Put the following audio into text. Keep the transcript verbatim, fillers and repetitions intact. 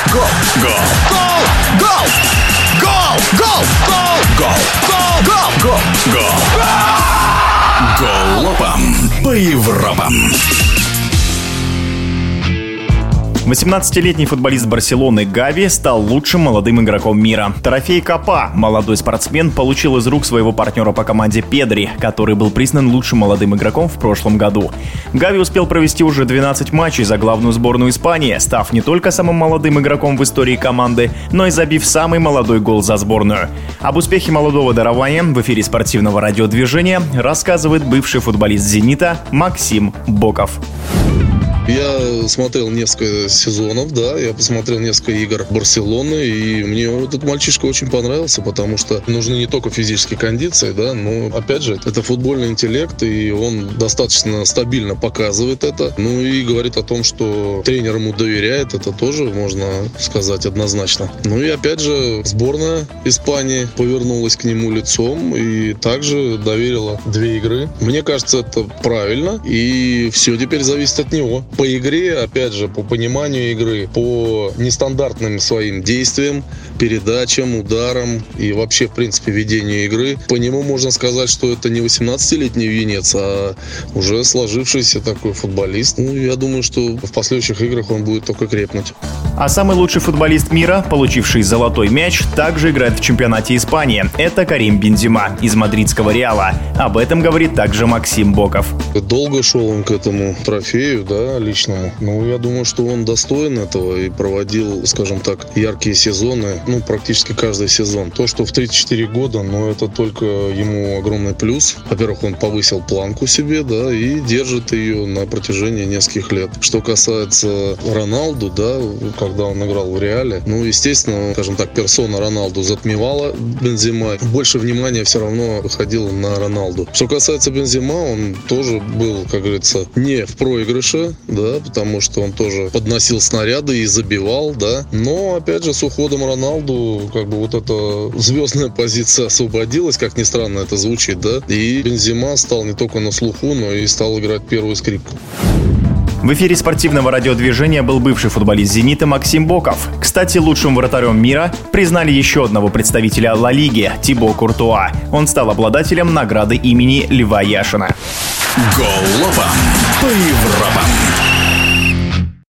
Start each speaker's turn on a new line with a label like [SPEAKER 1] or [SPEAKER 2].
[SPEAKER 1] Гол! Гол! Гол! Гол! Гол! Гол! Гол! Гол! Гол! Гол! Голлопом по Европам.
[SPEAKER 2] восемнадцатилетний футболист Барселоны Гави стал лучшим молодым игроком мира. Трофей Копа молодой спортсмен получил из рук своего партнера по команде Педри, который был признан лучшим молодым игроком в прошлом году. Гави успел провести уже двенадцать матчей за главную сборную Испании, став не только самым молодым игроком в истории команды, но и забив самый молодой гол за сборную. Об успехе молодого дарования в эфире спортивного радиодвижения рассказывает бывший футболист «Зенита» Максим Боков.
[SPEAKER 3] Я смотрел несколько сезонов, да, я посмотрел несколько игр Барселоны, и мне этот мальчишка очень понравился, потому что нужны не только физические кондиции, да, но, опять же, это футбольный интеллект, и он достаточно стабильно показывает это. Ну и говорит о том, что тренер ему доверяет, это тоже можно сказать однозначно. Ну и, опять же, сборная Испании повернулась к нему лицом и также доверила две игры. Мне кажется, это правильно, и все теперь зависит от него. По игре, опять же, по пониманию игры, по нестандартным своим действиям, передачам, ударам и вообще, в принципе, ведению игры, по нему можно сказать, что это не восемнадцатилетний юнец, а уже сложившийся такой футболист. Ну, я думаю, что в последующих играх он будет только крепнуть.
[SPEAKER 2] А самый лучший футболист мира, получивший золотой мяч, также играет в чемпионате Испании. Это Карим Бензема из мадридского Реала. Об этом говорит также Максим Боков.
[SPEAKER 3] Долго шел он к этому трофею, да, личному. Ну, я думаю, что он достоин этого и проводил, скажем так, яркие сезоны, ну, практически каждый сезон. То, что в тридцать четыре года, ну, это только ему огромный плюс. Во-первых, он повысил планку себе, да, и держит ее на протяжении нескольких лет. Что касается Роналду, да, когда он играл в Реале, ну, естественно, скажем так, персона Роналду затмевала Бензема. Больше внимания все равно выходило на Роналду. Что касается Бензема, он тоже был, как говорится, не в проигрыше, да, потому что он тоже подносил снаряды и забивал, да. Но, опять же, с уходом Роналду, как бы вот эта звездная позиция освободилась, как ни странно это звучит, да. И Бензема стал не только на слуху, но и стал играть первую скрипку.
[SPEAKER 2] В эфире спортивного радиодвижения был бывший футболист «Зенита» Максим Боков. Кстати, лучшим вратарем мира признали еще одного представителя Ла Лиги – Тибо Куртуа. Он стал обладателем награды имени Льва Яшина.
[SPEAKER 1] Голлопом по Европам.